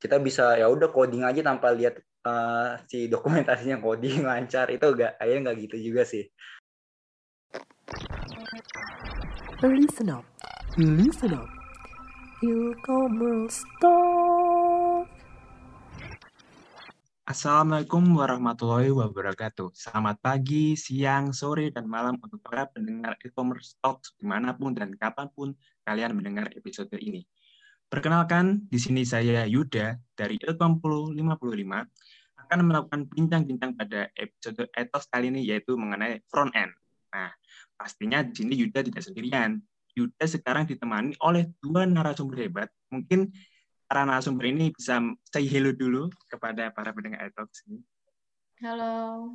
kita bisa ya udah coding aja tanpa lihat si dokumentasinya coding lancar. Itu nggak gitu juga sih. Listen up, listen up. E-commerce talk. Assalamualaikum warahmatullahi wabarakatuh. Selamat pagi, siang, sore, dan malam untuk para pendengar e-commerce talks dimanapun dan kapanpun kalian mendengar episode ini. Perkenalkan, di sini saya Yuda dari Ilkom 55 akan melakukan bincang-bincang pada episode ethos kali ini, yaitu mengenai front end. Nah, pastinya di sini Yuda tidak sendirian. Yuda sekarang ditemani oleh dua narasumber hebat. Mungkin para narasumber ini bisa say hello dulu kepada para pendengar iTalks ini. Halo.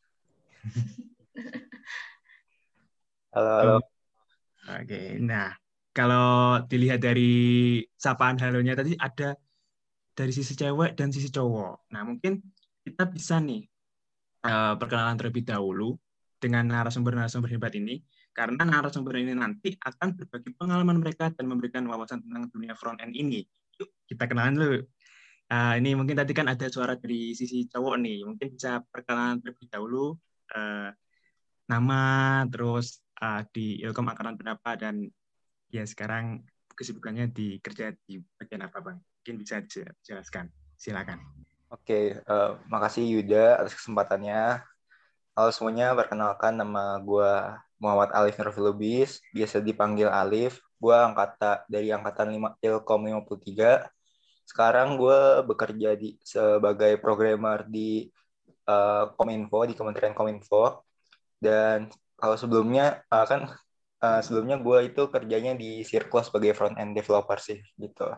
Halo. Oke, nah kalau dilihat dari sapaan halonya tadi ada dari sisi cewek dan sisi cowok. Nah mungkin kita bisa nih perkenalan terlebih dahulu dengan narasumber-narasumber hebat ini, karena narasumber ini nanti akan berbagi pengalaman mereka dan memberikan wawasan tentang dunia front end ini. Yuk kita kenalan dulu. Ini mungkin tadi kan ada suara dari sisi cowok nih, mungkin bisa perkenalan terlebih dahulu, nama, terus di Ilkom angkatan berapa, dan ya sekarang kesibukannya kerja di bagian apa Bang? Mungkin bisa dijelaskan, silakan. Oke, makasih Yuda atas kesempatannya. Halo semuanya, perkenalkan nama gue Muhammad Alif Nurul Lubis, biasa dipanggil Alif. Gue dari angkatan Ilkom 53. Sekarang gue bekerja sebagai programmer di Kominfo, di Kementerian Kominfo. Dan kalau sebelumnya sebelumnya gue itu kerjanya di Circle sebagai front end developer sih gitu.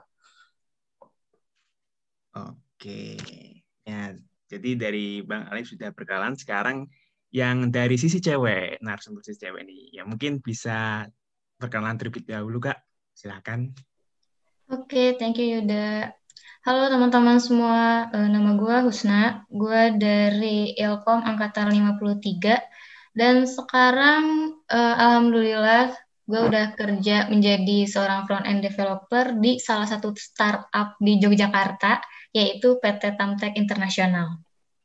Oke, ya jadi dari Bang Alif sudah berkenalan. Sekarang yang dari sisi cewek, narasumber sisi cewek ini, ya mungkin bisa perkenalan terlebih dahulu Kak, silakan. Oke, thank you Yuda. Halo teman-teman semua, nama gue Husna, gue dari Ilkom Angkatan 53, dan sekarang alhamdulillah gue udah kerja menjadi seorang front-end developer di salah satu startup di Yogyakarta, yaitu PT Tamtek Internasional.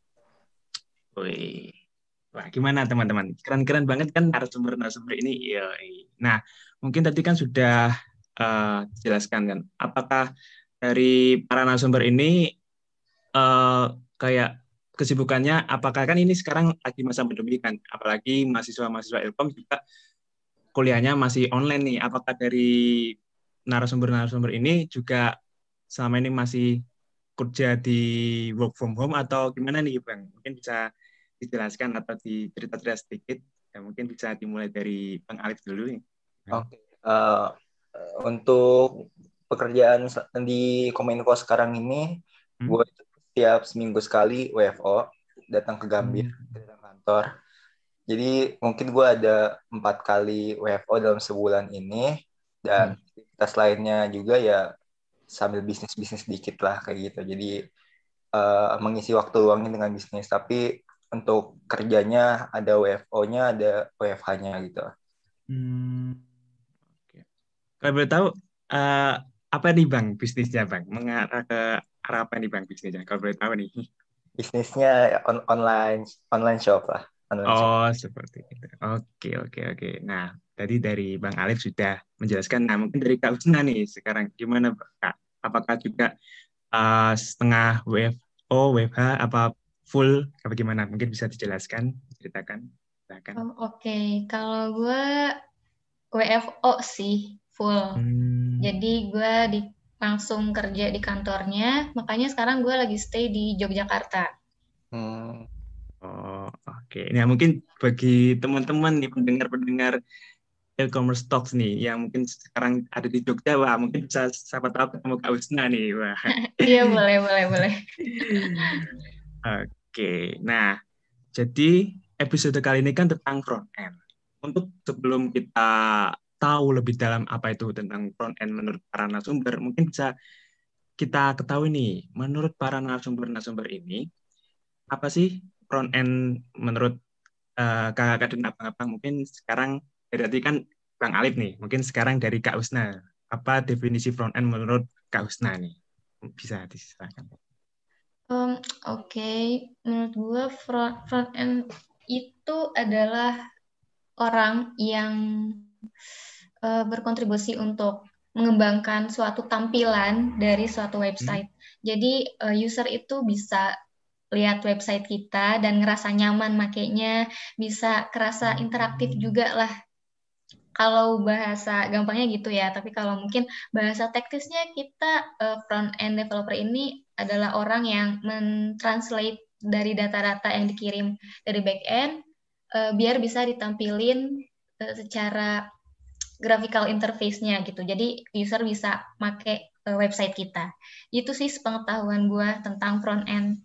Wih, wah gimana teman-teman? Keren-keren banget kan narasumber-narasumber ini. Nah, mungkin tadi kan sudah jelaskan kan, apakah dari para narasumber ini kayak kesibukannya, apakah kan ini sekarang lagi masa pandemi kan, apalagi mahasiswa-mahasiswa Ilkom juga kuliahnya masih online nih. Apakah dari narasumber-narasumber ini juga selama ini masih kerja di work from home atau gimana nih Bang? Mungkin bisa dijelaskan atau dicerita-cerita sedikit. Ya, mungkin bisa dimulai dari Bang Alif dulu nih. Oke. Untuk pekerjaan di Kominfo sekarang ini, gue setiap seminggu sekali WFO, datang ke Gambir, datang kantor. Jadi mungkin gue ada 4 kali WFO dalam sebulan ini, dan aktivitas lainnya juga ya sambil bisnis-bisnis dikit lah kayak gitu. Jadi mengisi waktu luangnya dengan bisnis, tapi untuk kerjanya ada WFO-nya, ada WFH-nya gitu. Oke. Kalau boleh tahu apa nih Bang bisnisnya Bang? Mengarah ke arah apa nih Bang bisnisnya? Kalau boleh tahu nih. Bisnisnya online shop lah. Seperti itu. Oke. Nah, tadi dari Bang Alif sudah menjelaskan. Nah, mungkin dari Kak Usna nih sekarang gimana Kak? Apakah juga setengah WFO, WFH, apa full, apa gimana? Mungkin bisa dijelaskan, ceritakan. Silakan. Oke, kalau gue WFO sih full. Jadi gue langsung kerja di kantornya, makanya sekarang gue lagi stay di Yogyakarta. Oke. Nah, mungkin bagi teman-teman nih pendengar-pendengar e-commerce talks nih yang mungkin sekarang ada di Jogja, wah mungkin bisa siapa tahu ketemu Kak Usna nih, wah. Iya, boleh. Oke. Nah, jadi episode kali ini kan tentang front end. Untuk sebelum kita tahu lebih dalam apa itu tentang front end menurut para narasumber, mungkin bisa kita ketahui nih, menurut para narasumber ini, apa sih front end menurut kakak-kakak dan abang-abang? Mungkin sekarang dari kan Bang Alif nih, mungkin sekarang dari Kak Usna, apa definisi front end menurut Kak Usna nih? Bisa disilakan. Oke, menurut gue front end itu adalah orang yang berkontribusi untuk mengembangkan suatu tampilan dari suatu website. Jadi user itu bisa lihat website kita dan ngerasa nyaman makainya, bisa kerasa interaktif juga lah. Kalau bahasa gampangnya gitu ya, tapi kalau mungkin bahasa teknisnya kita front end developer ini adalah orang yang mentranslate dari data-data yang dikirim dari back end biar bisa ditampilin secara graphical interface-nya gitu. Jadi user bisa pakai website kita. Itu sih sepengetahuan gue tentang front end.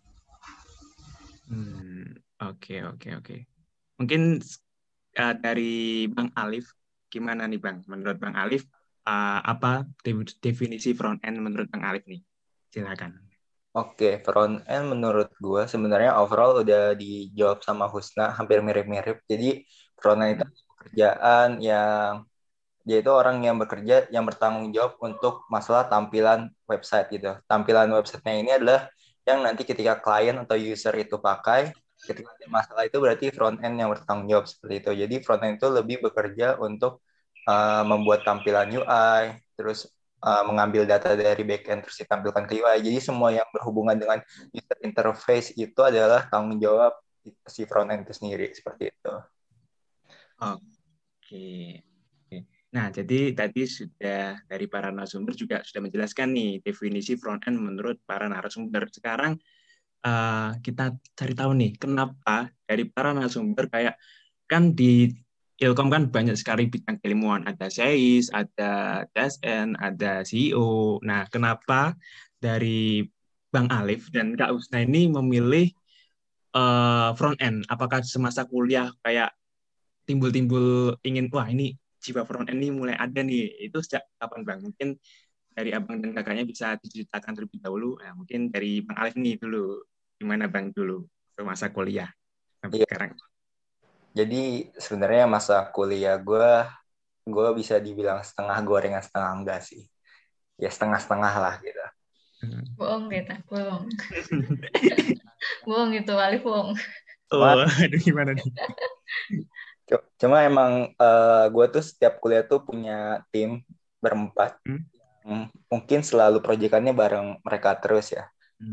Oke. Mungkin dari Bang Alif, gimana nih Bang? Menurut Bang Alif, apa definisi front end menurut Bang Alif nih? Silakan. Oke, front end menurut gue sebenarnya overall udah dijawab sama Husna, hampir mirip-mirip. Jadi front end itu pekerjaan yang dia itu orang yang bekerja yang bertanggung jawab untuk masalah tampilan website gitu. Tampilan websitenya ini adalah yang nanti ketika klien atau user itu pakai, ketika ada masalah itu berarti front end yang bertanggung jawab seperti itu. Jadi front end itu lebih bekerja untuk membuat tampilan UI, terus mengambil data dari backend terus ditampilkan ke UI. Jadi semua yang berhubungan dengan user interface itu adalah tanggung jawab si front end itu sendiri seperti itu. Oke. Nah, jadi tadi sudah dari para narasumber juga sudah menjelaskan nih definisi front end menurut para narasumber. Sekarang kita cari tahu nih kenapa dari para narasumber kayak kan di Ilkom kan banyak sekali bidang keilmuan, ada SEIS, ada DSN, ada CEO. Nah, kenapa dari Bang Alif dan Kak Usna ini memilih front end? Apakah semasa kuliah kayak timbul-timbul ingin, wah ini jiwa front end ini mulai ada nih, itu sejak kapan Bang? Mungkin dari abang dan kakaknya bisa diceritakan terlebih dahulu. Nah, mungkin dari Bang Alif nih dulu, gimana Bang dulu ke masa kuliah sampai sekarang? Jadi sebenarnya masa kuliah gue bisa dibilang setengah gorengan setengah enggak sih. Ya setengah-setengah lah gitu. Bohong kita, bohong. Bohong itu, Alif bohong. Aduh gimana nih? Cuma emang gue tuh setiap kuliah tuh punya tim berempat. Mungkin selalu proyekannya bareng mereka terus ya.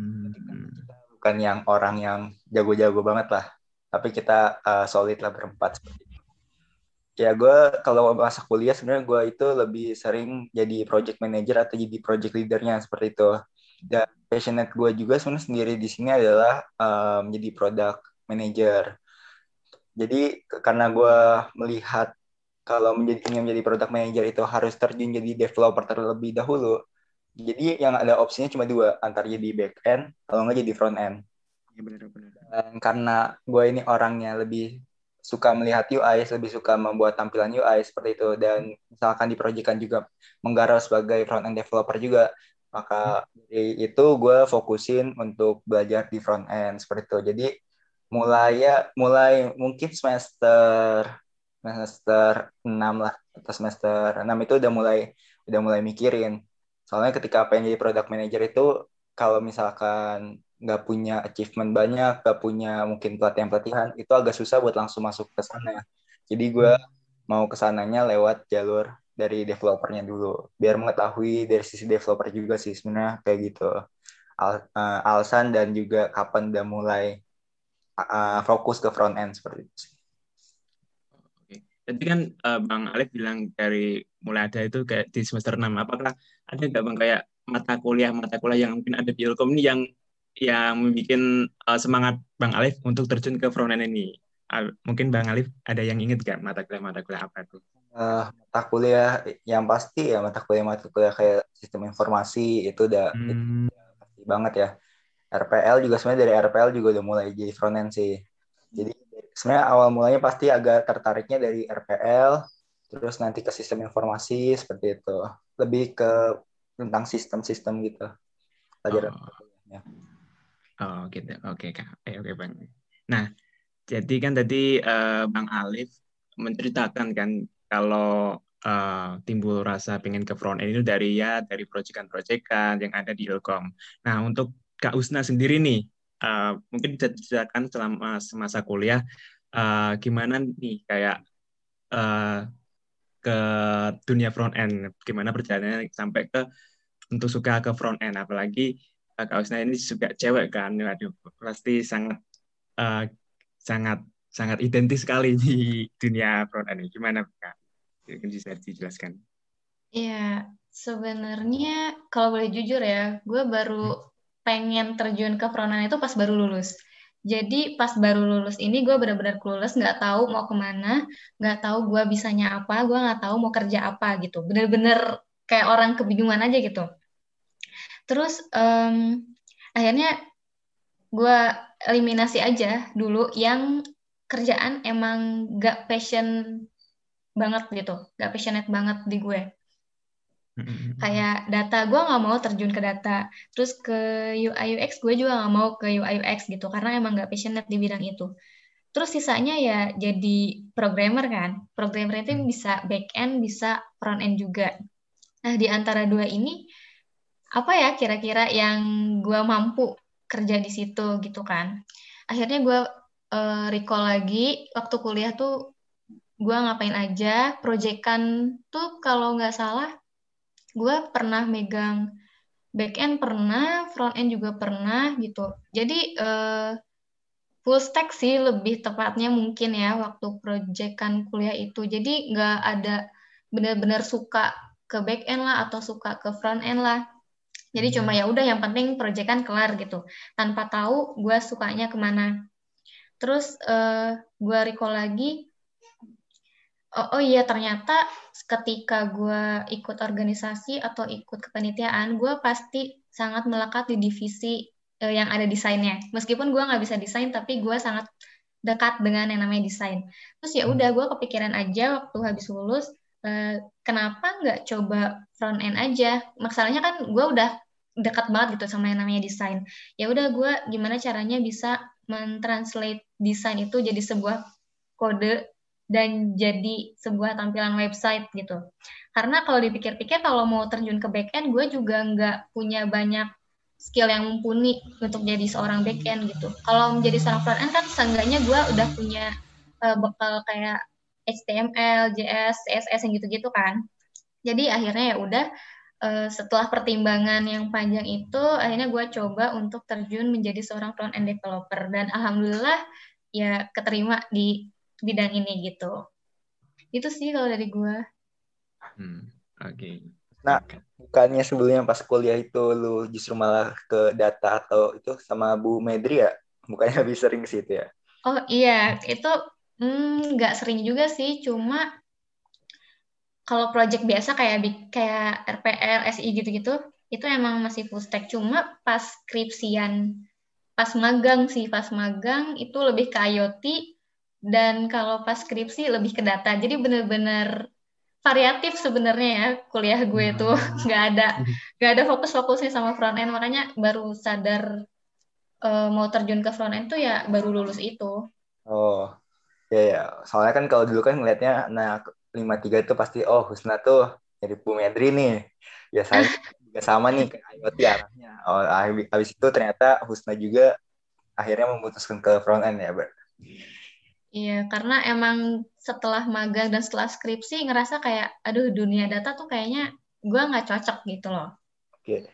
Bukan yang orang yang jago-jago banget lah. Tapi kita solid lah berempat. Ya gue kalau masa kuliah sebenarnya gue itu lebih sering jadi project manager atau jadi project leadernya seperti itu. Dan passionate gue juga sebenarnya sendiri di sini adalah jadi product manager. Jadi karena gue melihat kalau ingin menjadi product manager itu harus terjun jadi developer terlebih dahulu. Jadi yang ada opsinya cuma dua, antara jadi back end atau nggak jadi front end. Ya, benar-benar. Dan karena gue ini orangnya lebih suka melihat UI, lebih suka membuat tampilan UI seperti itu, dan misalkan di proyekan juga menggarap sebagai front end developer juga, maka dari itu gue fokusin untuk belajar di front end seperti itu. Jadi mulai mungkin semester 6 lah, atau semester 6 itu udah mulai mikirin. Soalnya ketika pengen jadi product manager itu kalau misalkan nggak punya achievement banyak, nggak punya mungkin pelatihan-pelatihan, itu agak susah buat langsung masuk ke sana. Jadi gue mau ke sananya lewat jalur dari developernya dulu, biar mengetahui dari sisi developer juga sih sebenarnya kayak gitu. Alasan dan juga kapan udah mulai fokus ke front end seperti itu sih. Oke. Tadi kan Bang Alif bilang dari mulai ada itu kayak di semester 6. Apakah ada nggak Bang kayak mata kuliah yang mungkin ada di Ilkom ini yang membuat semangat Bang Alif untuk terjun ke front end ini? Mungkin Bang Alif ada yang inget nggak mata kuliah apa itu? Mata kuliah yang pasti ya mata kuliah kayak sistem informasi itu udah pasti banget ya. RPL juga sebenarnya dari RPL juga udah mulai jadi front end sih. Jadi sebenarnya awal mulanya pasti agak tertariknya dari RPL, terus nanti ke sistem informasi seperti itu. Lebih ke tentang sistem-sistem gitu. Pelajaran. Oh gitu, oke Kak, oke Bang. Nah, jadi kan tadi Bang Alif menceritakan kan kalau timbul rasa pengen ke front end itu dari proyekan-proyekan yang ada di Ilkom. Nah, untuk Kak Usna sendiri nih, mungkin bisa diceritakan selama semasa kuliah gimana nih kayak ke dunia front end, gimana perjalanannya sampai ke untuk suka ke front end, apalagi Kak Usna ini juga cewek kan, waduh, pasti sangat eh, sangat sangat identik sekali di dunia front end. Gimana Kak? Mungkin bisa dijelaskan. Iya, sebenarnya kalau boleh jujur ya, gue baru pengen terjun ke front end itu pas baru lulus. Jadi pas baru lulus ini gue benar-benar clueless, nggak tahu mau kemana, nggak tahu gue bisanya apa, gue nggak tahu mau kerja apa gitu. Bener-bener kayak orang kebingungan aja gitu. Terus akhirnya gue eliminasi aja dulu yang kerjaan emang gak passion banget gitu, gak passionate banget di gue. Kayak data, gue nggak mau terjun ke data. Terus ke UI UX, gue juga nggak mau ke UI UX gitu, karena emang nggak passionate di bidang itu. Terus sisanya ya jadi programmer kan. Programmer itu bisa back end, bisa front end juga. Nah, di antara dua ini, apa ya kira-kira yang gue mampu kerja di situ gitu kan. Akhirnya gue recall lagi, waktu kuliah tuh gue ngapain aja, proyekan tuh kalau nggak salah, gue pernah megang back end pernah, front end juga pernah gitu. Jadi full stack sih lebih tepatnya mungkin ya waktu proyekan kuliah itu. Jadi nggak ada benar-benar suka ke back end lah atau suka ke front end lah. Jadi cuma ya udah yang penting proyekan kelar gitu. Tanpa tahu gue sukanya kemana. Terus gue recall lagi, oh iya ternyata ketika gue ikut organisasi atau ikut kepanitiaan, gue pasti sangat melekat di divisi yang ada desainnya. Meskipun gue nggak bisa desain, tapi gue sangat dekat dengan yang namanya desain. Terus ya udah gue kepikiran aja waktu habis lulus, kenapa nggak coba front end aja? Masalahnya kan gue udah dekat banget gitu sama yang namanya desain. Ya udah gue gimana caranya bisa mentranslate desain itu jadi sebuah kode dan jadi sebuah tampilan website gitu. Karena kalau dipikir-pikir kalau mau terjun ke back-end, gue juga nggak punya banyak skill yang mumpuni untuk jadi seorang back-end gitu. Kalau menjadi seorang front-end kan seenggaknya gue udah punya bekal kayak HTML, JS, CSS yang gitu-gitu kan. Jadi akhirnya ya udah setelah pertimbangan yang panjang itu, akhirnya gue coba untuk terjun menjadi seorang front-end developer. Dan alhamdulillah ya keterima di bidang ini gitu. Itu sih kalau dari gue. Oke. Nah, bukannya sebelumnya pas kuliah itu lu justru malah ke data atau itu sama Bu Medri ya? Bukannya lebih sering sih itu ya? Oh iya, itu nggak sering juga sih, cuma kalau project biasa kayak RPL, SI gitu-gitu, itu emang masih full stack. Cuma pas skripsian, pas magang sih, pas magang itu lebih ke IoT, dan kalau pas skripsi lebih ke data. Jadi bener-bener variatif sebenarnya ya kuliah gue tuh nggak ada fokus-fokusnya sama front end, makanya baru sadar mau terjun ke front end tuh ya baru lulus itu. Oh, ya ya. Soalnya kan kalau dulu kan ngelihatnya anak 53 itu pasti Husna tuh jadi Bu Medri nih. Biasanya juga sama nih ke IoT arahnya. Oh, habis itu ternyata Husna juga akhirnya memutuskan ke front end ya, Ber. Iya, karena emang setelah magang dan setelah skripsi ngerasa kayak, aduh dunia data tuh kayaknya gue nggak cocok gitu loh. Oke.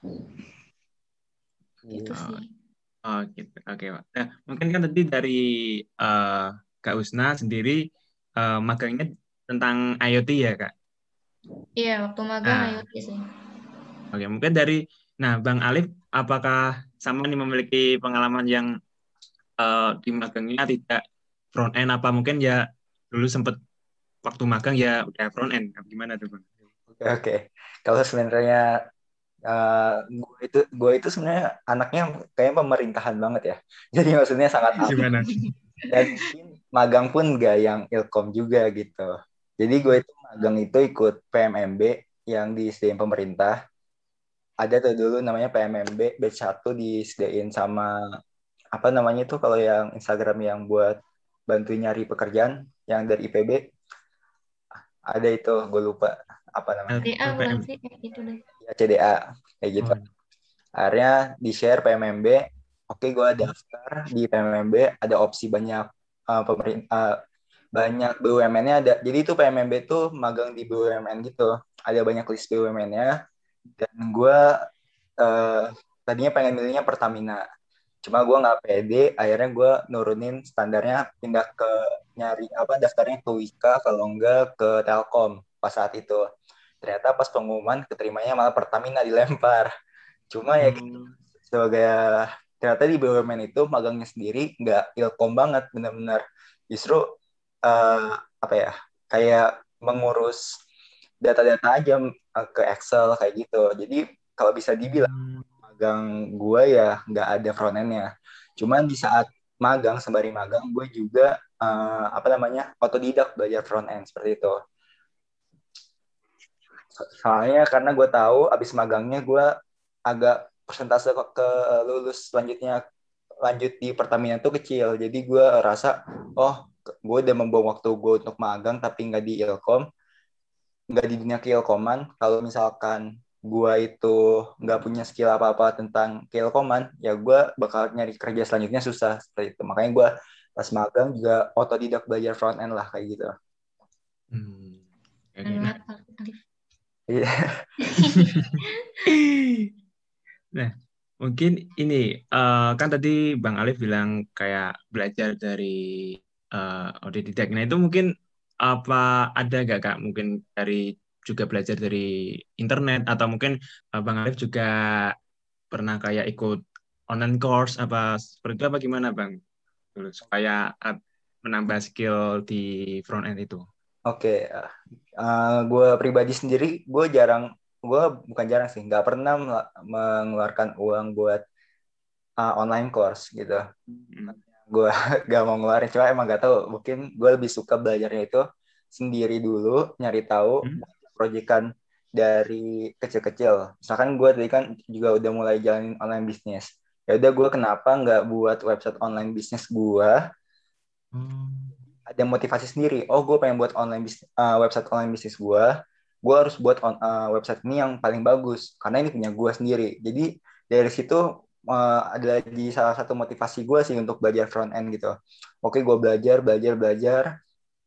Gitu sih. Oh gitu, oke Pak. Nah, mungkin kan tadi dari Kak Usna sendiri magangnya tentang IoT ya Kak? Iya, waktu magang Nah, IoT sih. oke mungkin Bang Alif, apakah sama nih memiliki pengalaman yang di magangnya tidak front end, apa mungkin ya dulu sempat waktu magang ya udah front end, gimana tuh Bang? Oke. Kalau sebenarnya gue itu sebenarnya anaknya kayak pemerintahan banget ya. Jadi maksudnya sangat aktif. Gimana? Dan mungkin magang pun gak yang ilkom juga gitu. Jadi gue itu magang itu ikut PMMB yang disediain pemerintah. Ada tuh dulu namanya PMMB batch 1 disediain sama apa namanya itu kalau yang Instagram yang buat bantu nyari pekerjaan yang dari IPB. ada itu gue lupa apa namanya, DA bukan LPM. sih? Itu deh. ya, CDA kayak gitu. Oh. Akhirnya di share PMMB. Oke, gue daftar di PMMB, ada opsi banyak pemerintah, banyak BUMN-nya ada. Jadi itu PMMB tuh magang di BUMN gitu. Ada banyak list BUMN-nya. Dan gue tadinya pengen milihnya Pertamina. Cuma gue nggak pede, akhirnya gue nurunin standarnya, pindah ke nyari apa daftarnya ke Wika, kalau enggak ke Telkom pas saat itu. Ternyata pas pengumuman keterimanya malah Pertamina dilempar. Cuma ya gitu, Oh. sebagai ternyata di BUMN itu magangnya sendiri nggak ilkom banget, benar-benar justru apa ya, kayak mengurus data-data aja ke Excel kayak gitu. Jadi kalau bisa dibilang magang gue ya nggak ada front end-nya. Cuman di saat magang, sembari magang, gue juga apa namanya, otodidak belajar front end seperti itu. Soalnya karena gue tahu abis magangnya gue agak persentase ke lulus selanjutnya lanjut di Pertamina tuh kecil. Jadi gue rasa, oh gue udah membuang waktu gue untuk magang tapi nggak di Ilkom, nggak di dunia keilkoman. Kalau misalkan gue itu nggak punya skill apa-apa tentang keilkoman, ya gue bakal nyari kerja selanjutnya susah seperti itu. Makanya gue pas magang juga otodidak belajar front end lah kayak gitu. Oke. Nah, Iya. nah, mungkin ini kan tadi Bang Alif bilang kayak belajar dari otodidak. Nah, itu mungkin apa ada nggak Kak? Mungkin dari juga belajar dari internet atau mungkin Bang Alif juga pernah kayak ikut online course apa seperti itu apa gimana Bang? Dulu, supaya menambah skill di front end itu. Oke, gue pribadi sendiri, gue bukan jarang sih, nggak pernah mengeluarkan uang buat online course gitu. Gue gak mau ngeluarin, cuma emang gak tahu, mungkin gue lebih suka belajarnya itu sendiri dulu, nyari tahu, proyekan dari kecil-kecil. Misalkan gue tadi kan juga udah mulai jalanin online bisnis. Ya udah, gue kenapa nggak buat website online bisnis gue? Ada motivasi sendiri. Oh, gue pengen buat website online bisnis gue. Gue harus buat website ini yang paling bagus karena ini punya gue sendiri. Jadi dari situ ada lagi salah satu motivasi gue sih untuk belajar front end gitu. Oke, gue belajar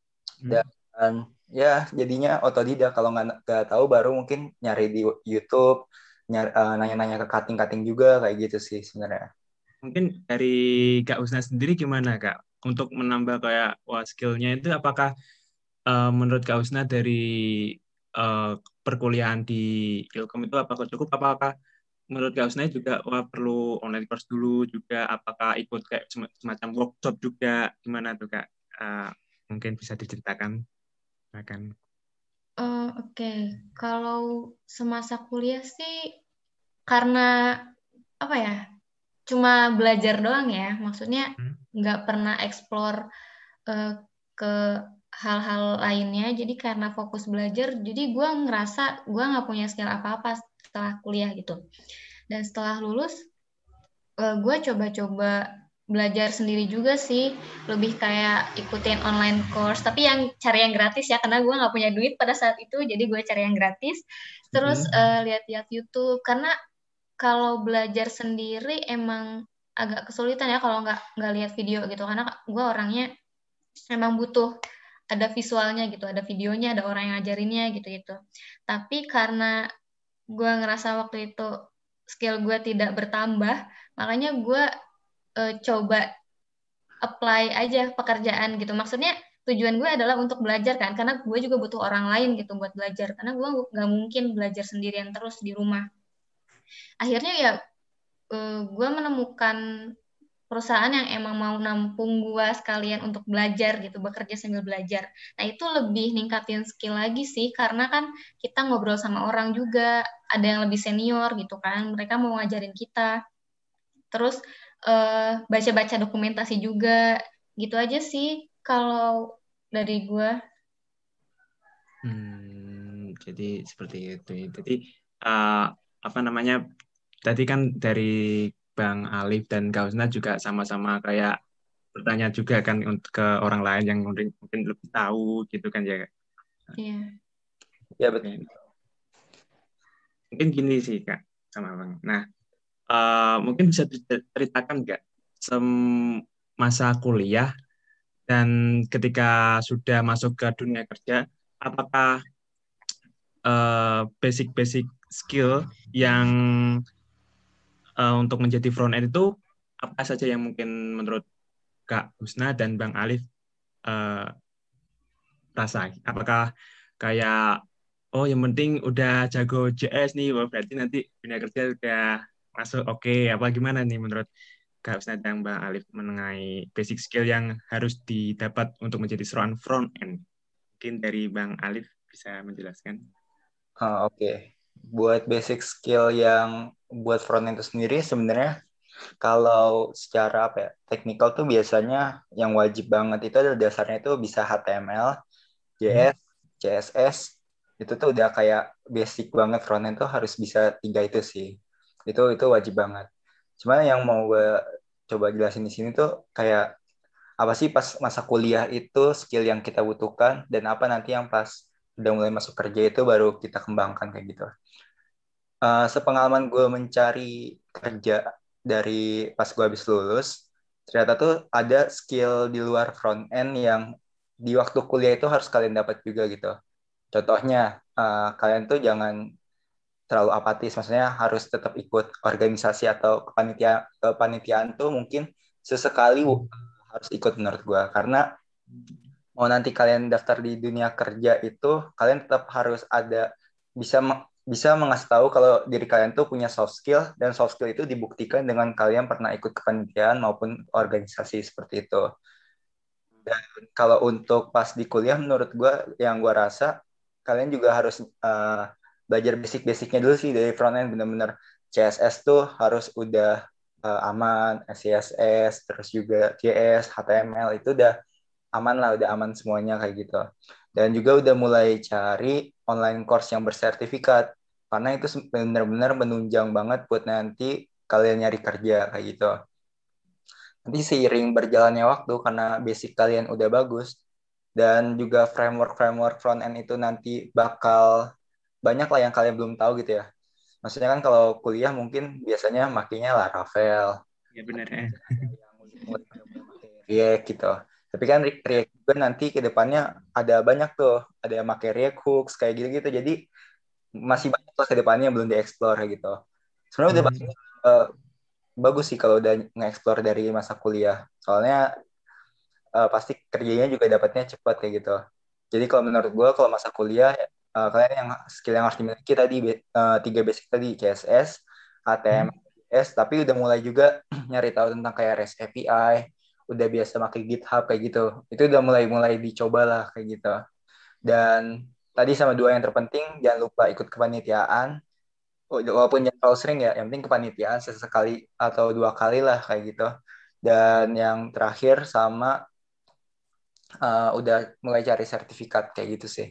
dan ya jadinya otodidak. Kalau nggak tahu baru mungkin nyari di YouTube, nanya-nanya ke cutting-cutting juga kayak gitu sih sebenarnya. Mungkin dari Kak Usna sendiri gimana Kak? Untuk menambah kayak skill-nya itu apakah menurut Kak Usna dari perkuliahan di Ilkom itu apakah cukup? Apakah menurut Kak Usna juga perlu online course dulu juga? Apakah ikut kayak semacam workshop juga? Gimana tuh Kak? Mungkin bisa diceritakan. Akan. Oke. Kalau semasa kuliah sih karena apa ya? Cuma belajar doang ya. Maksudnya nggak pernah explore ke hal-hal lainnya. Jadi karena fokus belajar, jadi gue ngerasa gue nggak punya skill apa-apa setelah kuliah gitu. Dan setelah lulus, gue coba-coba belajar sendiri juga sih. Lebih kayak ikutin online course, tapi cari yang gratis ya, karena gue nggak punya duit pada saat itu, jadi gue cari yang gratis. Terus lihat-lihat YouTube, karena kalau belajar sendiri emang agak kesulitan ya kalau nggak lihat video gitu, karena gue orangnya emang butuh ada visualnya gitu, ada videonya, ada orang yang ngajarinnya gitu-gitu. Tapi karena gue ngerasa waktu itu skill gue tidak bertambah, makanya gue coba apply aja pekerjaan gitu. Maksudnya tujuan gue adalah untuk belajar kan, karena gue juga butuh orang lain gitu buat belajar, karena gue nggak mungkin belajar sendirian terus di rumah. Akhirnya ya gue menemukan perusahaan yang emang mau nampung gue sekalian untuk belajar gitu, bekerja sambil belajar. Nah, itu lebih ningkatin skill lagi sih, karena kan kita ngobrol sama orang juga, ada yang lebih senior gitu kan, mereka mau ngajarin kita. Terus baca-baca dokumentasi juga, gitu aja sih kalau dari gue. Jadi seperti itu. Jadi apa namanya? Tadi kan dari Bang Alif dan Kak Husna juga sama-sama kayak bertanya juga kan untuk ke orang lain yang mungkin lebih tahu gitu kan ya. Iya. Ya betul. Mungkin gini sih Kak sama Bang. Nah, mungkin bisa diceritakan nggak masa kuliah dan ketika sudah masuk ke dunia kerja, apakah basic-basic skill yang untuk menjadi front end itu apa saja yang mungkin menurut Kak Husna dan Bang Alif eh, rasa? Apakah kayak oh yang penting udah jago JS nih, wah, berarti nanti dunia kerja udah masuk oke, apa gimana nih menurut Kak Husna dan Bang Alif mengenai basic skill yang harus didapat untuk menjadi seorang front end? Mungkin dari Bang Alif bisa menjelaskan. Oke. Buat basic skill yang buat front end itu sendiri sebenarnya kalau secara apa ya, teknikal tuh biasanya yang wajib banget itu adalah dasarnya itu bisa HTML, JS, CSS, itu tuh udah kayak basic banget front end tuh harus bisa 3 itu sih. Itu wajib banget. Cuman yang mau gue coba jelasin di sini tuh kayak apa sih pas masa kuliah itu skill yang kita butuhkan dan apa nanti yang pas udah mulai masuk kerja itu baru kita kembangkan kayak gitu. Sepengalaman gue mencari kerja dari pas gue habis lulus, ternyata tuh ada skill di luar front end yang di waktu kuliah itu harus kalian dapat juga gitu. Contohnya, kalian tuh jangan terlalu apatis, maksudnya harus tetap ikut organisasi atau kepanitiaan tuh mungkin sesekali harus ikut menurut gue. Karena mau nanti kalian daftar di dunia kerja itu, kalian tetap harus ada bisa bisa mengasih tahu kalau diri kalian tuh punya soft skill dan soft skill itu dibuktikan dengan kalian pernah ikut kepanitiaan maupun organisasi seperti itu. Dan kalau untuk pas di kuliah menurut gue yang gue rasa kalian juga harus belajar basic-basicnya dulu sih dari front end bener-bener CSS tuh harus udah aman, CSS, terus juga JS, HTML itu udah aman lah, udah aman semuanya kayak gitu. Dan juga udah mulai cari online course yang bersertifikat karena itu benar-benar menunjang banget buat nanti kalian nyari kerja kayak gitu. Nanti seiring berjalannya waktu karena basic kalian udah bagus dan juga framework front end itu nanti bakal banyak lah yang kalian belum tahu gitu ya. Maksudnya kan kalau kuliah mungkin biasanya makainya Laravel, Ya benar ya. React gitu. Tapi kan React juga nanti ke depannya ada banyak tuh, ada yang pakai React Hooks kayak gitu-gitu. Jadi masih banyak lah ke depannya yang belum dieksplor kayak gitu. Sebenarnya udah bagus sih kalau udah nge-explore dari masa kuliah. Soalnya pasti kerjanya juga dapatnya cepat kayak gitu. Jadi kalau menurut gue kalau masa kuliah kalian yang skill yang harus dimiliki tadi 3 basic tadi CSS, HTML, JS, tapi udah mulai juga nyari tahu tentang kayak REST API, udah biasa pakai GitHub kayak gitu. Itu udah mulai dicoba lah kayak gitu. Dan tadi sama 2 yang terpenting jangan lupa ikut kepanitiaan. Walaupun jangan terlalu sering ya, yang penting kepanitiaan sesekali atau 2 kali lah kayak gitu. Dan yang terakhir sama udah mulai cari sertifikat kayak gitu sih.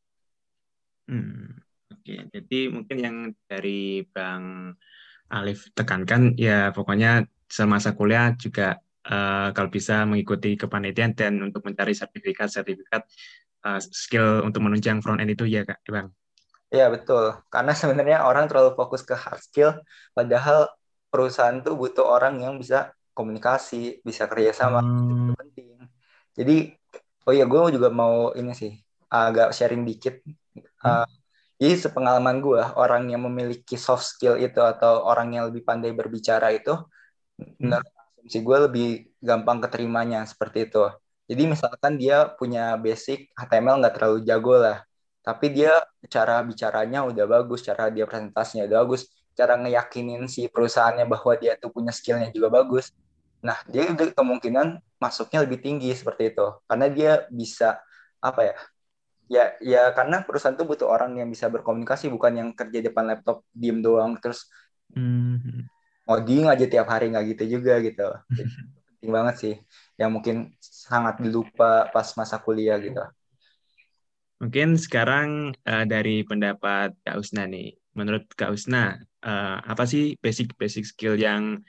Oke, jadi mungkin yang dari Bang Alif tekankan ya pokoknya semasa kuliah juga kalau bisa mengikuti kepanitiaan dan untuk mencari sertifikat skill untuk menunjang front end itu ya Kak Bang. Iya betul, karena sebenarnya orang terlalu fokus ke hard skill, padahal perusahaan tuh butuh orang yang bisa komunikasi, bisa kerjasama, itu penting. Jadi, oh iya gue juga mau ini sih, agak sharing dikit. Jadi sepengalaman gue, orang yang memiliki soft skill itu atau orang yang lebih pandai berbicara itu, menurut asumsi gue lebih gampang keterimanya seperti itu. Jadi misalkan dia punya basic HTML nggak terlalu jago lah, tapi dia cara bicaranya udah bagus, cara dia presentasinya udah bagus, cara ngeyakinin si perusahaannya bahwa dia tuh punya skillnya juga bagus. Nah, dia udah kemungkinan masuknya lebih tinggi seperti itu, karena dia bisa apa ya? Ya karena perusahaan tuh butuh orang yang bisa berkomunikasi, bukan yang kerja depan laptop diem doang terus ngoding aja tiap hari, nggak gitu juga gitu. Jadi, penting banget sih yang mungkin sangat dilupa pas masa kuliah gitu. Mungkin sekarang dari pendapat Kak Usna nih, menurut Kak Usna apa sih basic skill yang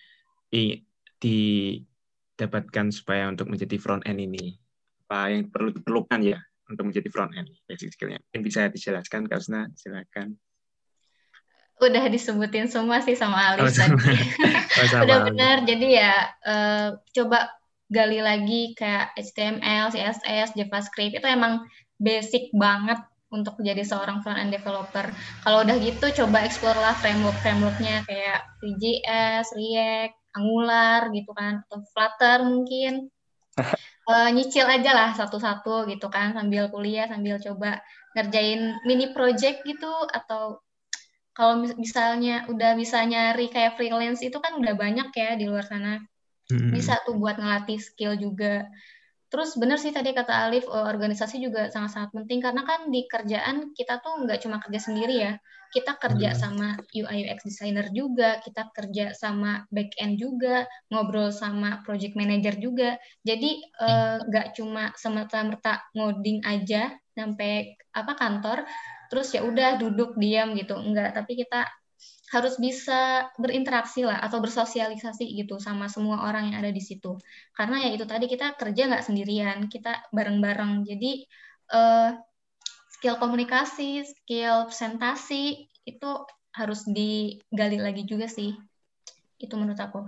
didapatkan supaya untuk menjadi front end ini? Apa yang perlu diperlukan ya untuk menjadi front end basic skill-nya? Mungkin bisa dijelaskan, Kak Usna, silakan. Udah disebutin semua sih sama Oh, Alif sama. tadi. Oh, sama. Udah benar. Jadi ya coba gali lagi kayak HTML, CSS, JavaScript itu emang basic banget untuk jadi seorang front end developer. Kalau udah gitu coba explore lah framework-frameworknya kayak Vue.js, React, Angular gitu kan, atau Flutter mungkin. Nyicil aja lah satu-satu gitu kan sambil kuliah, sambil coba ngerjain mini project gitu, atau kalau misalnya udah bisa nyari kayak freelance itu kan udah banyak ya di luar sana. Bisa tuh buat ngelatih skill juga. Terus bener sih tadi kata Alif, organisasi juga sangat-sangat penting karena kan di kerjaan kita tuh nggak cuma kerja sendiri ya. Kita kerja sama UI UX designer juga, kita kerja sama back end juga, ngobrol sama project manager juga. Jadi nggak cuma semata-mata ngoding aja sampai kantor, terus ya udah duduk diam gitu. Enggak, tapi kita harus bisa berinteraksi lah atau bersosialisasi gitu sama semua orang yang ada di situ. Karena ya itu tadi kita kerja nggak sendirian, kita bareng-bareng. Jadi skill komunikasi, skill presentasi itu harus digali lagi juga sih. Itu menurut aku.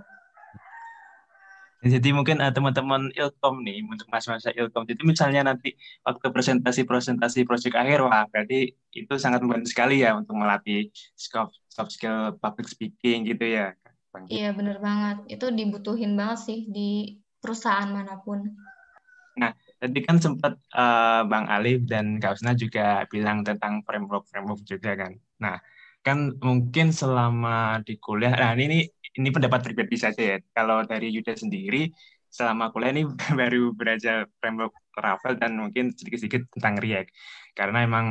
Jadi mungkin teman-teman Ilkom nih, untuk masa-masa Ilkom, jadi misalnya nanti waktu presentasi proyek akhir, wah berarti itu sangat membantu sekali ya untuk melatih soft skill public speaking gitu ya, Bang. Iya bener banget, itu dibutuhin banget sih di perusahaan manapun. Nah, tadi kan sempat Bang Alif dan Kak Usna juga bilang tentang framework juga kan. Nah, kan mungkin selama di kuliah, nah ini pendapat pribadi saja ya. Kalau dari Yuda sendiri, selama kuliah ini baru belajar framework Laravel dan mungkin sedikit-sedikit tentang React. Karena emang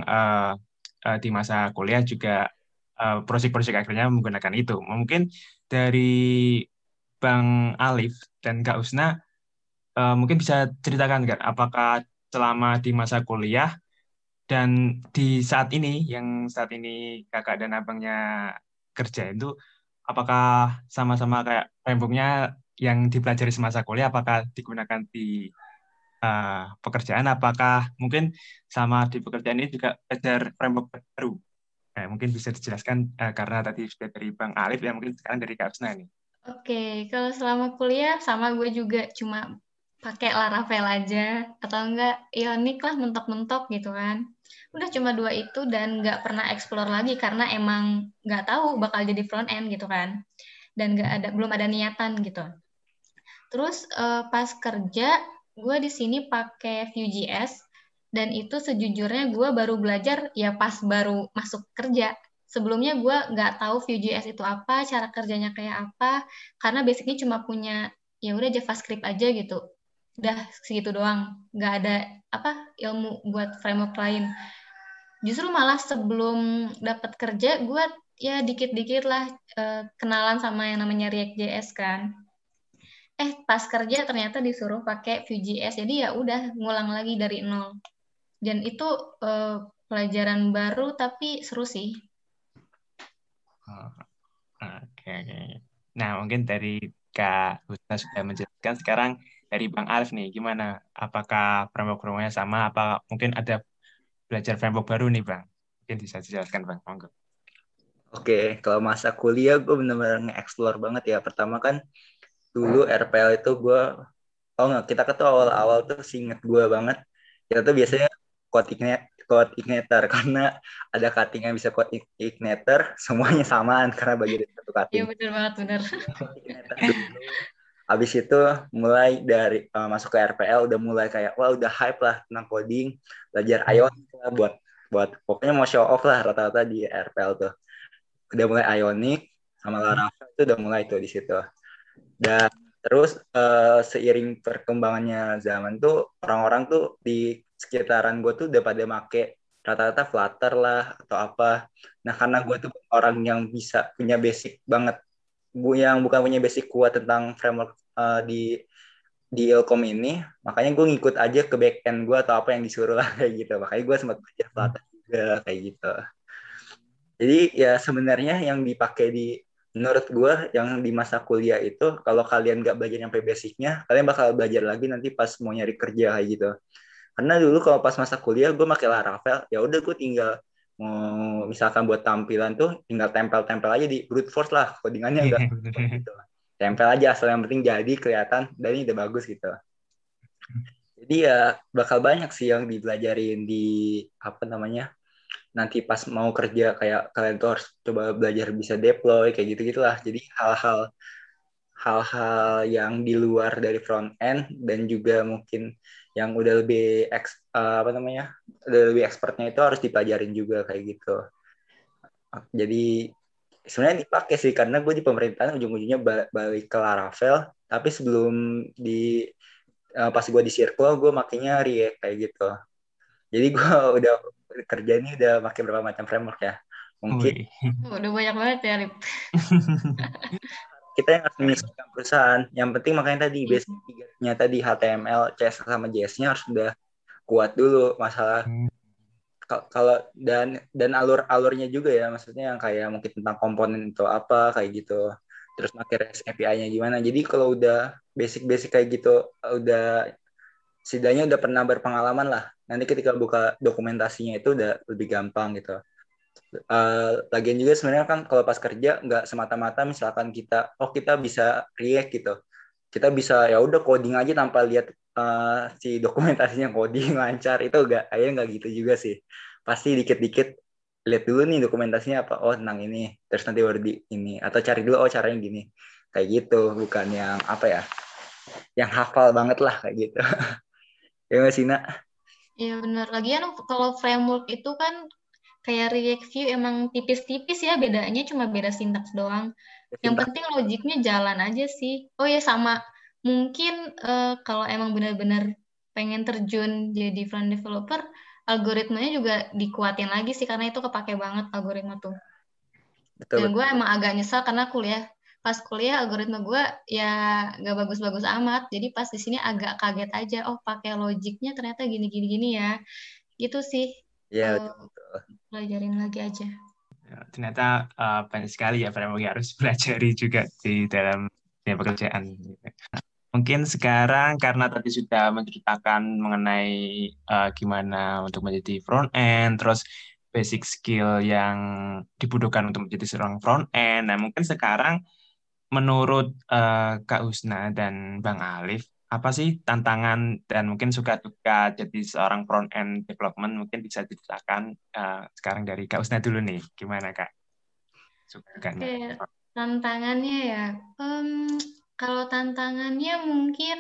di masa kuliah juga proyek-proyek akhirnya menggunakan itu. Mungkin dari Bang Alif dan Kak Usna, mungkin bisa ceritakan kan, apakah selama di masa kuliah dan di saat ini kakak dan abangnya kerja itu, apakah sama-sama kayak framework-nya yang dipelajari semasa kuliah, apakah digunakan di pekerjaan, apakah mungkin sama di pekerjaan ini juga belajar framework baru? Nah, mungkin bisa dijelaskan karena tadi sudah dari Bang Alif, ya mungkin sekarang dari Kak Usna ini. Oke, kalau selama kuliah sama gue juga cuma pakai Laravel aja atau enggak Ionic lah mentok-mentok gitu kan. Udah cuma dua itu dan nggak pernah explore lagi karena emang nggak tahu bakal jadi front end gitu kan. Dan belum ada niatan gitu. Terus pas kerja gue di sini pakai Vue.js dan itu sejujurnya gue baru belajar ya pas baru masuk kerja. Sebelumnya gue nggak tahu Vue.js itu apa, cara kerjanya kayak apa, karena basicnya cuma punya ya udah JavaScript aja gitu. Udah segitu doang, nggak ada ilmu buat framework lain. Justru malah sebelum dapat kerja gue ya dikit-dikit lah kenalan sama yang namanya React.js kan. Pas kerja ternyata disuruh pakai Vue.js, jadi ya udah ngulang lagi dari nol. Dan itu pelajaran baru tapi seru sih. Oke. Nah, mungkin dari Kak Husna sudah menjelaskan, sekarang dari Bang Alif nih, gimana? Apakah framework-frameworknya sama? Apa mungkin ada belajar framework baru nih, Bang? Mungkin bisa dijelaskan, Bang. Monggo. Oke, kalau masa kuliah gue bener-bener nge-explore banget ya. Pertama kan dulu RPL itu gue, nggak, kita tuh awal-awal tuh seinget gue banget, kita tuh biasanya code igniter karena ada cutting yang bisa code igniter, semuanya samaan karena bagi dari satu Iya cutting. bener banget, bener. Igniter dulu. Habis itu mulai dari masuk ke RPL udah mulai kayak wah udah hype lah tentang coding, belajar Ionic lah buat pokoknya mau show off lah rata-rata di RPL tuh. Udah mulai Ionic sama Laravel itu udah mulai tuh di situ. Dan terus seiring perkembangannya zaman tuh orang-orang tuh di sekitaran gue tuh udah pada make rata-rata Flutter lah atau apa. Nah karena gue tuh orang yang bisa punya basic banget, yang bukan punya basic kuat tentang framework di Ilkom ini, makanya gue ngikut aja ke backend gue atau apa yang disuruh lah kayak gitu. Makanya gue sempat belajar Flutter juga kayak gitu. Jadi ya sebenarnya yang dipakai menurut gue yang di masa kuliah itu, kalau kalian nggak belajar sampai basicnya, kalian bakal belajar lagi nanti pas mau nyari kerja kayak gitu. Karena dulu kalau pas masa kuliah gue pakai Laravel, ya udah gue tinggal mau misalkan buat tampilan tuh tinggal tempel-tempel aja di brute force lah, codingannya Iya, enggak bener. gitu. Tempel aja asal yang penting jadi kelihatan dan ini udah bagus gitu. Jadi ya bakal banyak sih yang dipelajarin di apa namanya nanti pas mau kerja, kayak kalian tuh harus coba belajar bisa deploy kayak gitu gitulah. Jadi hal-hal yang di luar dari front end dan juga mungkin yang udah lebih apa namanya udah lebih expertnya itu harus dipelajarin juga kayak gitu. Jadi sebenarnya dipakai sih karena gue di pemerintahan ujung-ujungnya balik ke Laravel, tapi sebelum di pas gue di Circle gue makainya React kayak gitu. Jadi gue udah kerja ini udah pakai berapa macam framework ya. Mungkin Wih. Udah banyak banget ya, Rip. kita yang harus menyesuaikan perusahaan. Yang penting makanya tadi basic tiganya tadi HTML, CSS sama JS-nya harus udah kuat dulu. Masalah kalau dan alurnya juga ya, maksudnya yang kayak mungkin tentang komponen itu apa kayak gitu. Terus pakai REST API-nya gimana. Jadi kalau udah basic-basic kayak gitu udah setidaknya udah pernah berpengalaman lah. Nanti ketika buka dokumentasinya itu udah lebih gampang gitu. Lagian juga sebenarnya kan kalau pas kerja nggak semata-mata misalkan kita bisa React gitu, kita bisa ya udah coding aja tanpa lihat si dokumentasinya coding lancar, itu nggak gitu juga sih. Pasti dikit-dikit lihat dulu nih dokumentasinya apa, oh tentang ini, terus nanti baru di ini, atau cari dulu oh caranya gini, kayak gitu, bukan yang apa ya, yang hafal banget lah kayak gitu. Ya nggak sih, Nak? Iya benar. Lagian kalau framework itu kan kayak React Vue emang tipis-tipis ya, bedanya cuma beda sintaks doang. Yang Sintak. penting logiknya jalan aja sih. Oh ya sama, mungkin kalau emang benar-benar pengen terjun jadi front developer, algoritmanya juga dikuatin lagi sih karena itu kepake banget algoritma tuh. Betul, Dan gue betul. emang agak nyesal karena pas kuliah algoritma gue ya gak bagus-bagus amat. Jadi pas di sini agak kaget aja, oh pakai logiknya ternyata gini-gini gini ya. Gitu sih, Ya, eh, betul, betul. pelajarin lagi aja. Ternyata banyak sekali ya framework yang harus pelajari juga di dalam dunia pekerjaan. Mungkin sekarang karena tadi sudah menceritakan mengenai gimana untuk menjadi front end, terus basic skill yang dibutuhkan untuk menjadi seorang front end. Nah, mungkin sekarang menurut Kak Husna dan Bang Alif, apa sih tantangan dan mungkin suka duka jadi seorang front end development? Mungkin bisa diceritakan sekarang dari Kak Husna dulu nih, gimana Kak? Suka dukanya. Oke, tantangannya ya. Em, Kalau tantangannya mungkin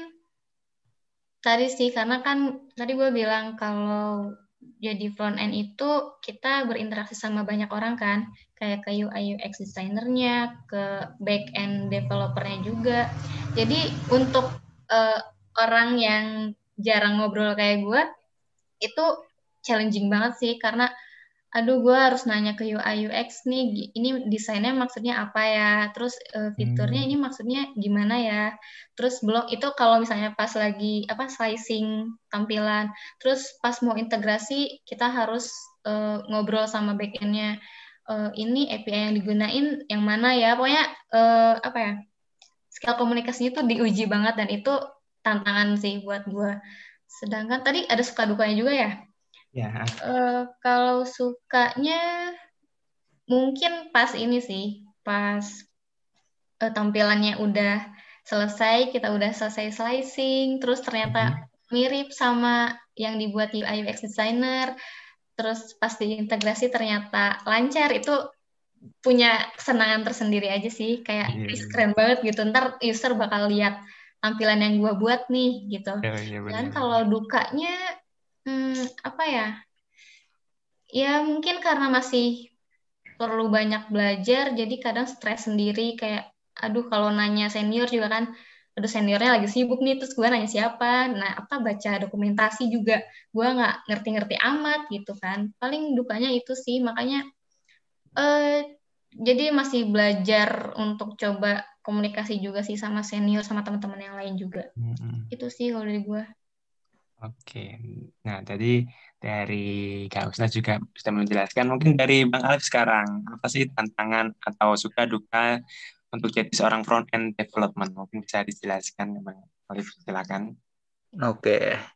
tadi sih, karena kan tadi gue bilang kalau jadi front end itu kita berinteraksi sama banyak orang kan, kayak ke UI UX designernya, ke back end developernya juga. Jadi untuk eh, orang yang jarang ngobrol kayak gue, itu challenging banget sih, karena aduh gue harus nanya ke UI UX nih, ini desainnya maksudnya apa ya, terus fiturnya Hmm. ini maksudnya gimana ya, terus belum itu kalau misalnya pas lagi apa slicing tampilan, terus pas mau integrasi kita harus ngobrol sama backendnya, ini API yang digunain yang mana ya, pokoknya apa ya, skill komunikasinya tuh diuji banget dan itu tantangan sih buat gue. Sedangkan tadi ada suka dukanya juga ya. Ya, Kalau sukanya mungkin pas ini sih, pas tampilannya udah selesai, kita udah selesai slicing, terus ternyata mhm. mirip sama yang dibuat UI UX designer, terus pas diintegrasi ternyata lancar, itu punya kesenangan tersendiri aja sih, kayak Iya, "Ih, keren banget gitu, ntar user bakal lihat tampilan yang gua buat nih gitu." iya, iya, Dan benar. kalau dukanya, apa ya? Ya mungkin karena masih perlu banyak belajar, jadi kadang stres sendiri, kayak aduh kalau nanya senior juga kan, aduh seniornya lagi sibuk nih, terus gue nanya siapa, nah apa baca dokumentasi juga gue nggak ngerti-ngerti amat gitu kan, paling dukanya itu sih, makanya eh jadi masih belajar untuk coba komunikasi juga sih sama senior sama teman-teman yang lain juga, Mhm. itu sih kalau dari gue. Oke, nah tadi dari Kak Husna juga sudah menjelaskan. Mungkin dari Bang Alif sekarang, apa sih tantangan atau suka duka untuk jadi seorang front end development? Mungkin bisa dijelaskan, Bang Alif, silakan. Oke.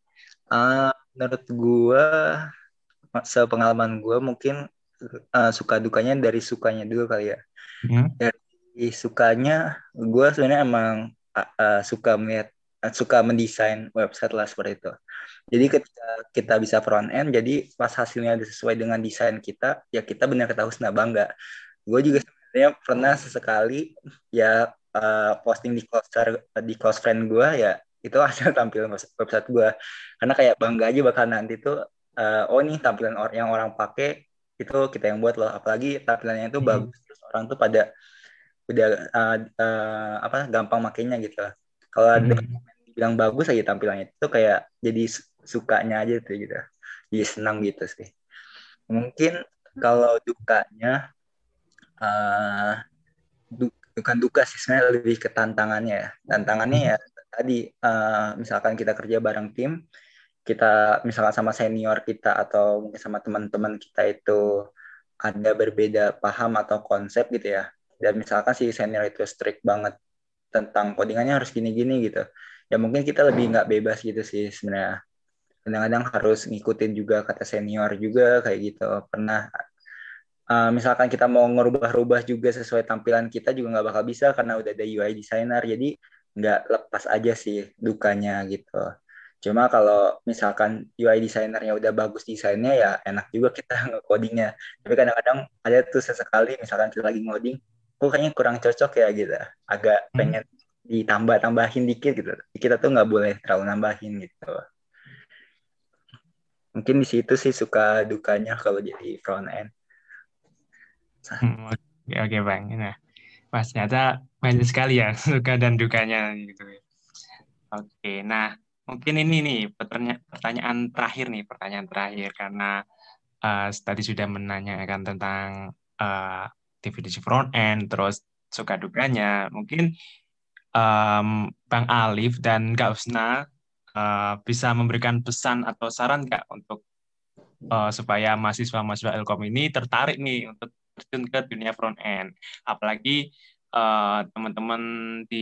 Menurut gue, sepengalaman gue mungkin suka dukanya dari sukanya dulu kali ya. Hmm? Dari sukanya, gue sebenarnya emang suka melihat, suka mendesain website lah seperti itu. Jadi ketika kita bisa front end, jadi pas hasilnya sesuai dengan desain kita, ya kita benar kata Husna bangga. Gue juga sebenarnya pernah sesekali ya posting di close friend gue ya itu hasil tampilan website gue. Karena kayak bangga aja bakal nanti tuh oh nih tampilan yang orang pakai itu kita yang buat loh. Apalagi tampilannya itu Hmm. bagus terus orang tuh pada udah apa gampang makainya gitu. Kalau ada Hmm. bilang bagus aja tampilannya itu kayak jadi sukanya aja tuh gitu. Jadi senang gitu sih. Mungkin kalau dukanya eh bukan duka sih sebenarnya lebih ke tantangannya ya. Tantangannya ya tadi misalkan kita kerja bareng tim, kita misalkan sama senior kita atau mungkin sama teman-teman kita itu ada berbeda paham atau konsep gitu ya. Dan misalkan si senior itu strict banget tentang codingannya harus gini-gini gitu. Ya mungkin kita lebih nggak bebas gitu sih sebenarnya. Kadang-kadang harus ngikutin juga kata senior juga kayak gitu. Pernah misalkan kita mau ngerubah-rubah juga sesuai tampilan kita juga nggak bakal bisa karena udah ada UI designer. Jadi nggak lepas aja sih dukanya gitu. Cuma kalau misalkan UI designernya udah bagus desainnya ya enak juga kita nge-codingnya. Tapi kadang-kadang ada tuh sesekali misalkan kita lagi ngoding, kok kayaknya kurang cocok ya gitu. Agak Hmm. pengen ditambah-tambahin dikit gitu. Kita tuh nggak boleh terlalu nambahin gitu. Mungkin di situ sih suka dukanya kalau jadi front end. Oke, oke Bang. Nah, Mas, ternyata banyak sekali ya suka dan dukanya gitu. Oke, nah mungkin ini nih pertanyaan terakhir karena tadi sudah menanyakan tentang definisi front end, terus suka dukanya. Mungkin Bang Alif dan Kak Usna bisa memberikan pesan atau saran Kak untuk supaya mahasiswa-mahasiswa Ilkom ini tertarik nih untuk terjun ke dunia front end. Apalagi teman-teman di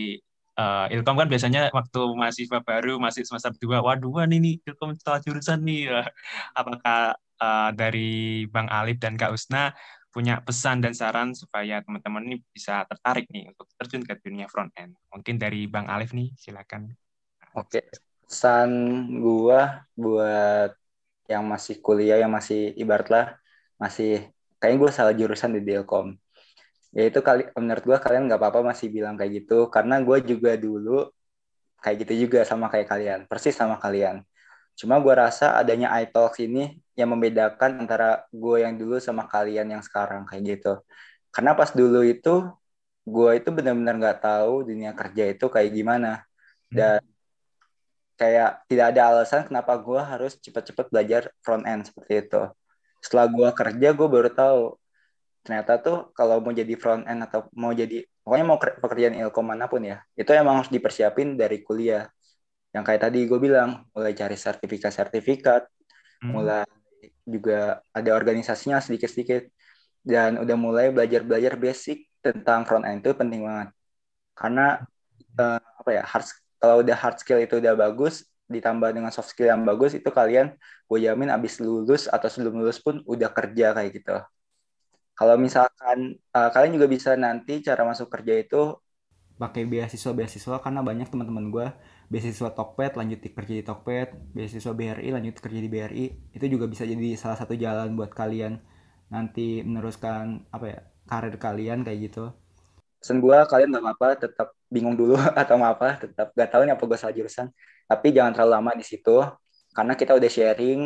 Ilkom kan biasanya waktu mahasiswa baru masih semester 2, waduh ini Ilkom salah jurusan nih. Apakah dari Bang Alif dan Kak Usna punya pesan dan saran supaya teman-teman ini bisa tertarik nih untuk terjun ke dunia front end? Mungkin dari Bang Alif nih, silakan. Oke, pesan gua buat yang masih kuliah, yang masih ibaratlah masih kayaknya gue salah jurusan di Delkom. Ya itu menurut gue kalian nggak apa-apa masih bilang kayak gitu, karena gue juga dulu kayak gitu juga sama kayak kalian, persis sama kalian. Cuma gue rasa adanya iTalks ini yang membedakan antara gue yang dulu sama kalian yang sekarang kayak gitu. Karena pas dulu itu gue itu benar-benar nggak tahu dunia kerja itu kayak gimana. Dan kayak tidak ada alasan kenapa gue harus cepat-cepat belajar front end seperti itu. Setelah gue kerja, gue baru tahu ternyata tuh kalau mau jadi front end atau mau jadi pokoknya mau pekerjaan ilkom manapun ya, itu emang harus dipersiapin dari kuliah. Yang kayak tadi gue bilang, mulai cari sertifikat-sertifikat, Hmm. mulai juga ada organisasinya sedikit-sedikit, dan udah mulai belajar-belajar basic tentang front end itu penting banget. Karena apa ya kalau udah hard skill itu udah bagus ditambah dengan soft skill yang bagus itu kalian gue jamin abis lulus atau sebelum lulus pun udah kerja kayak gitu. Kalau misalkan kalian juga bisa nanti cara masuk kerja itu pakai beasiswa karena banyak teman-teman gue beasiswa Tokped lanjut kerja di Tokped, beasiswa BRI lanjut kerja di BRI, itu juga bisa jadi salah satu jalan buat kalian nanti meneruskan apa ya karir kalian kayak gitu. Pesan gue kalian nggak apa-apa tetap bingung dulu atau nggak apa tetap nggak tahu nih apa gue salah jurusan, tapi jangan terlalu lama di situ karena kita udah sharing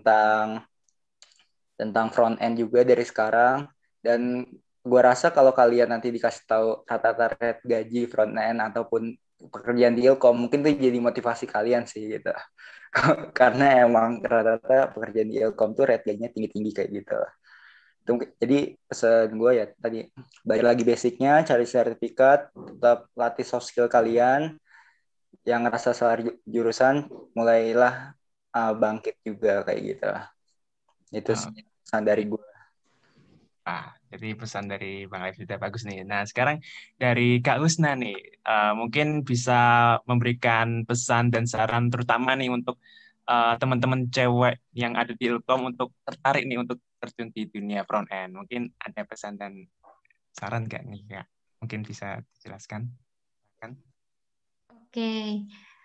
tentang front end juga dari sekarang. Dan gue rasa kalau kalian nanti dikasih tahu rata-rata rate gaji front end ataupun pekerjaan di Ilkom mungkin tuh jadi motivasi kalian sih gitu. Karena emang rata-rata pekerjaan di Ilkom tuh rate gajinya tinggi-tinggi kayak gitu. Jadi pesan gue ya tadi balik lagi basicnya, cari sertifikat, tetap latih soft skill kalian. Yang ngerasa salah jurusan mulailah bangkit juga kayak gitu. Itu Oh, pesan dari gue. jadi pesan dari Bang Alif sudah bagus nih. Nah, sekarang dari Kak Usna nih, mungkin bisa memberikan pesan dan saran terutama nih untuk teman-teman cewek yang ada di Ilkom untuk tertarik nih untuk terjun di dunia front end? Mungkin ada pesan dan saran nggak nih, Kak? Mungkin bisa dijelaskan, kan? Oke.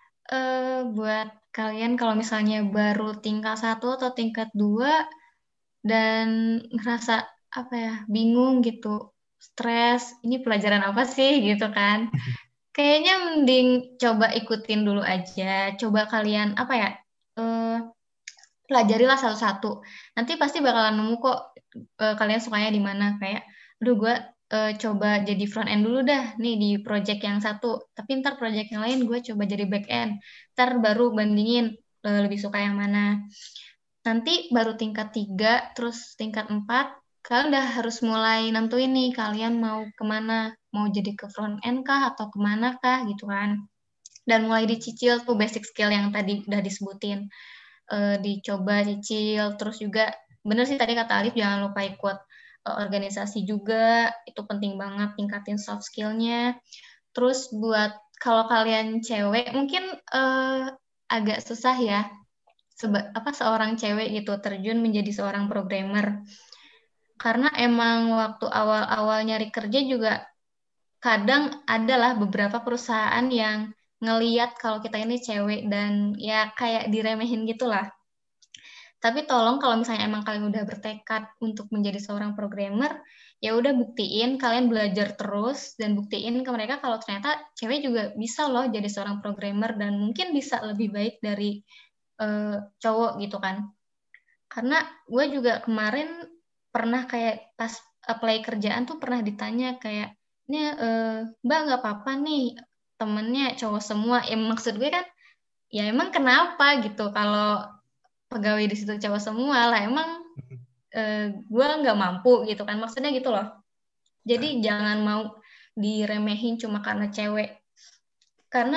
Buat kalian kalau misalnya baru tingkat 1 atau tingkat 2 dan ngerasa apa ya, bingung gitu, stres, ini pelajaran apa sih gitu kan. Kayaknya mending coba ikutin dulu aja. Coba kalian apa ya, eh, pelajarilah satu-satu. Nanti pasti bakalan nemu kok kalian sukanya di mana. Kayak, aduh gue coba jadi front end dulu dah nih di project yang satu. Tapi ntar project yang lain gue coba jadi back end. Ntar baru bandingin lebih suka yang mana. Nanti baru tingkat 3, terus tingkat 4, kalian udah harus mulai nentuin nih kalian mau kemana. Mau jadi ke front end kah atau kemana kah gitu kan. Dan mulai dicicil tuh basic skill yang tadi udah disebutin. Dicoba cicil, terus juga bener sih tadi kata Alif, jangan lupa ikut organisasi juga, itu penting banget tingkatin soft skill-nya. Terus buat kalau kalian cewek mungkin agak susah ya seorang cewek gitu terjun menjadi seorang programmer, karena emang waktu awal-awal nyari kerja juga kadang adalah beberapa perusahaan yang ngeliat kalau kita ini cewek dan ya kayak diremehin gitulah. Tapi tolong kalau misalnya emang kalian udah bertekad untuk menjadi seorang programmer, ya udah buktiin, kalian belajar terus dan buktiin ke mereka kalau ternyata cewek juga bisa loh jadi seorang programmer dan mungkin bisa lebih baik dari cowok gitu kan. Karena gue juga kemarin pernah kayak pas apply kerjaan tuh pernah ditanya kayak, ini Mbak nggak apa-apa nih temennya cowok semua. Ya maksud gue kan, ya emang kenapa gitu kalau pegawai di situ cowok semua lah, emang gue nggak mampu gitu kan, maksudnya gitu loh. Jadi jangan mau diremehin cuma karena cewek, karena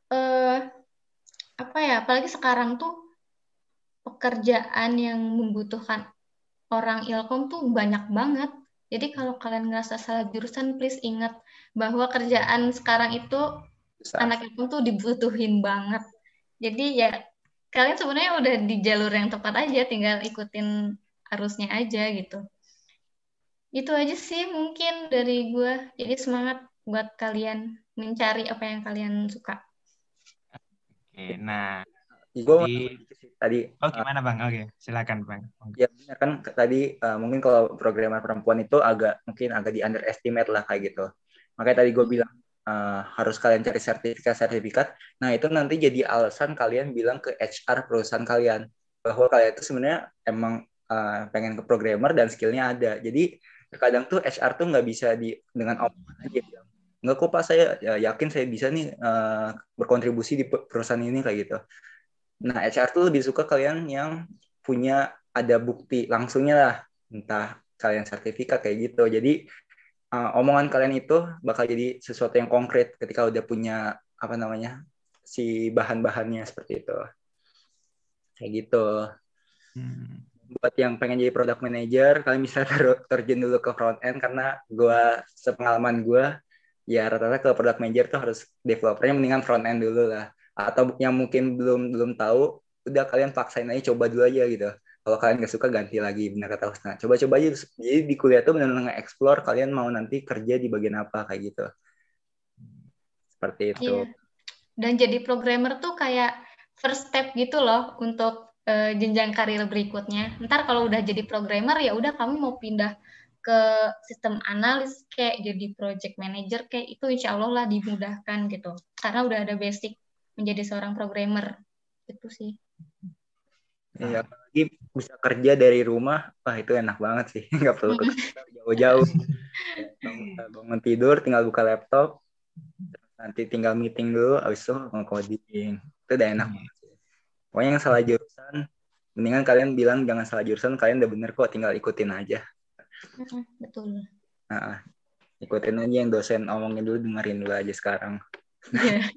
apa ya, apalagi sekarang tuh pekerjaan yang membutuhkan orang Ilkom tuh banyak banget. Jadi kalau kalian ngerasa salah jurusan, please ingat bahwa kerjaan sekarang itu anak Ilkom tuh dibutuhin banget. Jadi ya kalian sebenarnya udah di jalur yang tepat aja, tinggal ikutin arusnya aja gitu. Itu aja sih mungkin dari gue. Jadi semangat buat kalian mencari apa yang kalian suka. Oke, nah Gue tadi. Gimana Bang? Oke, silakan Bang. Ya benar kan tadi mungkin kalau programmer perempuan itu mungkin agak di underestimate lah kayak gitu. Makanya tadi gue bilang harus kalian cari sertifikat. Nah itu nanti jadi alasan kalian bilang ke HR perusahaan kalian bahwa kalian itu sebenarnya emang pengen ke programmer dan skillnya ada. Jadi kadang tuh HR tuh nggak bisa dengan omongan aja bilang, nggak kok Pak, saya yakin saya bisa nih berkontribusi di perusahaan ini kayak gitu. Nah HR tuh lebih suka kalian yang punya ada bukti langsungnya lah, entah kalian sertifikat kayak gitu. Jadi omongan kalian itu bakal jadi sesuatu yang konkret ketika udah punya si bahan-bahannya seperti itu. Kayak gitu. Buat yang pengen jadi product manager, kalian bisa terjun dulu ke front end, karena sepengalaman gue ya rata-rata ke product manager tuh harus developernya mendingan front end dulu lah. Atau yang mungkin belum tahu, udah kalian paksain aja, coba dulu aja gitu. Kalau kalian nggak suka ganti lagi, benar kata Husna. Coba-coba aja. Jadi di kuliah tuh benar-benar nge-explore kalian mau nanti kerja di bagian apa kayak gitu. Seperti itu. Iya. Dan jadi programmer tuh kayak first step gitu loh untuk jenjang karir berikutnya. Ntar kalau udah jadi programmer ya udah kamu mau pindah ke sistem analis kayak jadi project manager kayak itu insya Allah lah dimudahkan gitu. Karena udah ada basic menjadi seorang programmer. Itu sih. Iya, apalagi bisa kerja dari rumah, wah itu enak banget sih, nggak perlu ke kantor jauh-jauh. Bangun tidur, tinggal buka laptop, nanti tinggal meeting dulu, abis itu nge-coding. Itu udah enak banget sih. Pokoknya yang salah jurusan, mendingan kalian bilang jangan salah jurusan, kalian udah bener kok, tinggal ikutin aja. Betul. Nah, ikutin aja yang dosen omongin dulu, dengerin dulu aja sekarang. Yeah.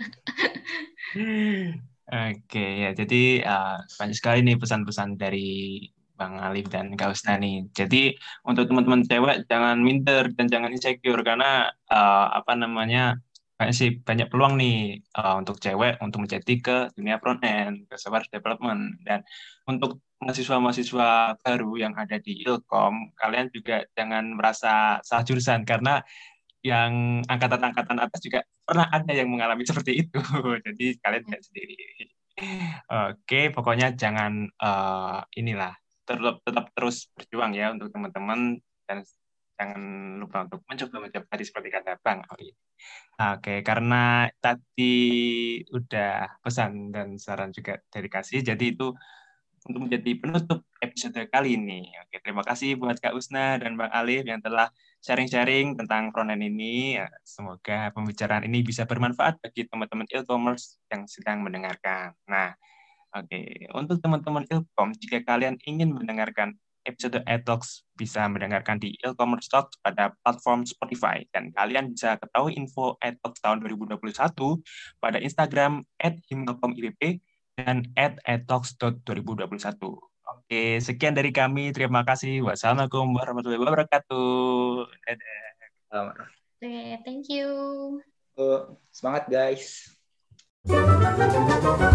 Oke, ya jadi banyak sekali nih pesan-pesan dari Bang Alif dan Kak Husna nih. Jadi untuk teman-teman cewek jangan minder dan jangan insecure karena banyak peluang nih untuk cewek untuk menjadi ke dunia front end, ke software development. Dan untuk mahasiswa-mahasiswa baru yang ada di Ilkom, kalian juga jangan merasa salah jurusan karena yang angkatan-angkatan atas juga pernah ada yang mengalami seperti itu. Jadi kalian tidak sendiri. Oke, pokoknya jangan inilah tetap terus berjuang ya untuk teman-teman dan jangan lupa untuk mencoba tadi seperti kata Bang Ali. Oke, karena tadi udah pesan dan saran juga dari Kasih, jadi itu untuk menjadi penutup episode kali ini. Oke, terima kasih buat Kak Usna dan Bang Alif yang telah sharing-sharing tentang frontend ini. Ya, semoga pembicaraan ini bisa bermanfaat bagi teman-teman e-commerce yang sedang mendengarkan. Nah, oke, untuk teman-teman Ilkom, jika kalian ingin mendengarkan episode iTalks, bisa mendengarkan di e-commerce Talks pada platform Spotify. Dan kalian bisa ketahui info iTalks tahun 2021 pada Instagram @himmelkomIPP dan @italks.2021. Oke, sekian dari kami. Terima kasih. Wassalamualaikum warahmatullahi wabarakatuh. Dadah. Oke, thank you. Semangat guys.